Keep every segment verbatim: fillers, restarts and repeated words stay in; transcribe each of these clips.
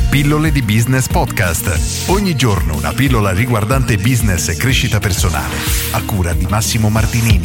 Pillole di Business Podcast. Ogni giorno una pillola riguardante business e crescita personale. A cura di Massimo Martinini.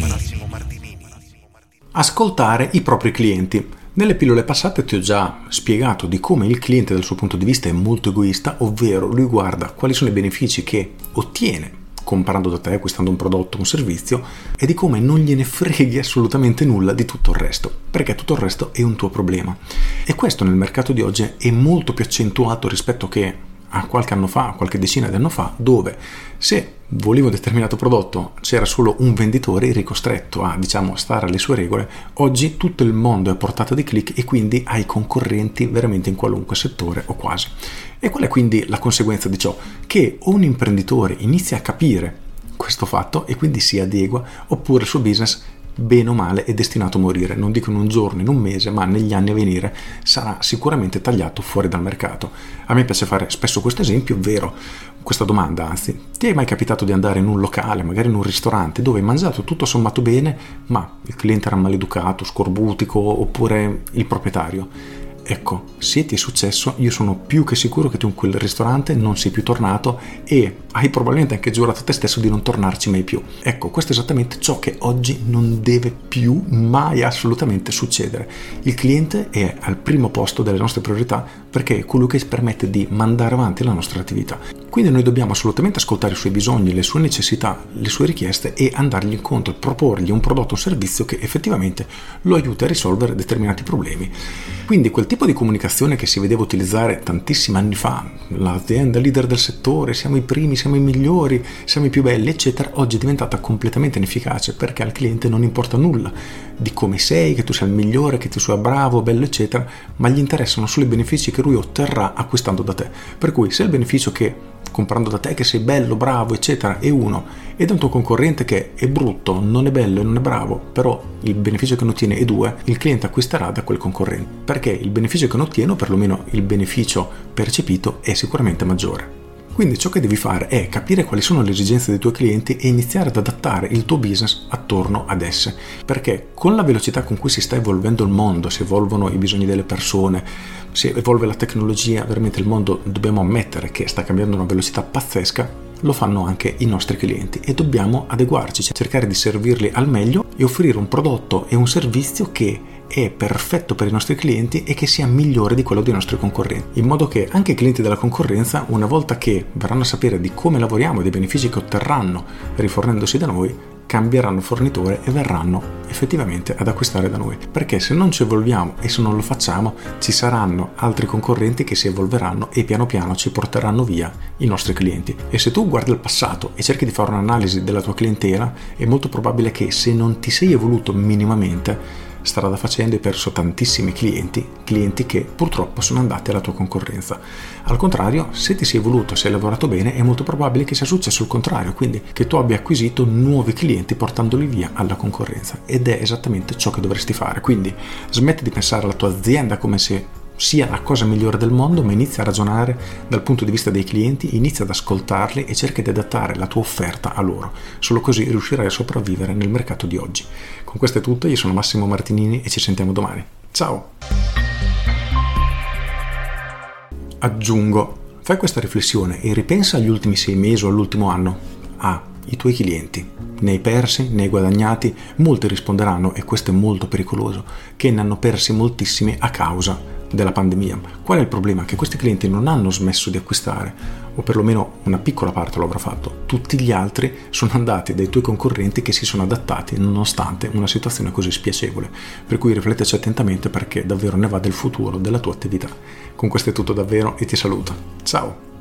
Ascoltare i propri clienti. Nelle pillole passate ti ho già spiegato di come il cliente dal suo punto di vista è molto egoista, ovvero lui guarda quali sono i benefici che ottiene comprando da te, acquistando un prodotto o un servizio, e di come non gliene freghi assolutamente nulla di tutto il resto, perché tutto il resto è un tuo problema. E questo nel mercato di oggi è molto più accentuato rispetto che a qualche anno fa, qualche decina di anni fa, dove se volevo un determinato prodotto c'era solo un venditore, eri costretto a, diciamo, stare alle sue regole. Oggi tutto il mondo è a portata di click e quindi hai concorrenti veramente in qualunque settore o quasi. E qual è quindi la conseguenza di ciò? Che un imprenditore inizia a capire questo fatto e quindi si adegua, oppure il suo business bene o male è destinato a morire, non dico in un giorno, in un mese, ma negli anni a venire sarà sicuramente tagliato fuori dal mercato. A me piace fare spesso questo esempio, ovvero questa domanda, anzi, ti è mai capitato di andare in un locale, magari in un ristorante, dove hai mangiato tutto sommato bene, ma il cliente era maleducato, scorbutico, oppure il proprietario? Ecco, se ti è successo, io sono più che sicuro che tu in quel ristorante non sei più tornato e hai probabilmente anche giurato a te stesso di non tornarci mai più. Ecco, questo è esattamente ciò che oggi non deve più mai assolutamente succedere. Il cliente è al primo posto delle nostre priorità perché è colui che ci permette di mandare avanti la nostra attività. Quindi noi dobbiamo assolutamente ascoltare i suoi bisogni, le sue necessità, le sue richieste e andargli incontro, proporgli un prodotto o un servizio che effettivamente lo aiuti a risolvere determinati problemi. Quindi quel tipo di comunicazione che si vedeva utilizzare tantissimi anni fa, l'azienda leader del settore, siamo i primi, siamo i migliori, siamo i più belli, eccetera, oggi è diventata completamente inefficace perché al cliente non importa nulla di come sei, che tu sia il migliore, che tu sia bravo, bello, eccetera, ma gli interessano solo i benefici che lui otterrà acquistando da te. Per cui se il beneficio che comprando da te che sei bello, bravo, eccetera, è uno, e da un tuo concorrente che è brutto, non è bello e non è bravo, però il beneficio che ne ottiene è due, il cliente acquisterà da quel concorrente, perché il beneficio che ne ottiene, o perlomeno il beneficio percepito, è sicuramente maggiore. Quindi ciò che devi fare è capire quali sono le esigenze dei tuoi clienti e iniziare ad adattare il tuo business attorno ad esse, perché con la velocità con cui si sta evolvendo il mondo, si evolvono i bisogni delle persone, si evolve la tecnologia, veramente il mondo, dobbiamo ammettere che sta cambiando a una velocità pazzesca, lo fanno anche i nostri clienti e dobbiamo adeguarci, cercare di servirli al meglio e offrire un prodotto e un servizio che è perfetto per i nostri clienti e che sia migliore di quello dei nostri concorrenti, in modo che anche i clienti della concorrenza, una volta che verranno a sapere di come lavoriamo e dei benefici che otterranno rifornendosi da noi, cambieranno fornitore e verranno effettivamente ad acquistare da noi, perché se non ci evolviamo e se non lo facciamo ci saranno altri concorrenti che si evolveranno e piano piano ci porteranno via i nostri clienti. E se tu guardi il passato e cerchi di fare un'analisi della tua clientela, è molto probabile che se non ti sei evoluto minimamente, strada facendo hai perso tantissimi clienti, clienti che purtroppo sono andati alla tua concorrenza. Al contrario, se ti sei evoluto, se hai lavorato bene, è molto probabile che sia successo il contrario, quindi che tu abbia acquisito nuovi clienti portandoli via alla concorrenza, ed è esattamente ciò che dovresti fare. Quindi smetti di pensare alla tua azienda come se sia la cosa migliore del mondo, ma inizia a ragionare dal punto di vista dei clienti, inizia ad ascoltarli e cerca di adattare la tua offerta a loro. Solo così riuscirai a sopravvivere nel mercato di oggi. Con questo è tutto, io sono Massimo Martinini e ci sentiamo domani. Ciao! Aggiungo, fai questa riflessione e ripensa agli ultimi sei mesi o all'ultimo anno, a i tuoi clienti. Ne hai persi, ne hai guadagnati? Molti risponderanno, e questo è molto pericoloso, che ne hanno persi moltissimi a causa della pandemia. Qual è il problema? Che questi clienti non hanno smesso di acquistare, o perlomeno una piccola parte lo avrà fatto. Tutti gli altri sono andati dai tuoi concorrenti che si sono adattati nonostante una situazione così spiacevole. Per cui rifletteci attentamente, perché davvero ne va del futuro della tua attività. Con questo è tutto davvero e ti saluto. Ciao!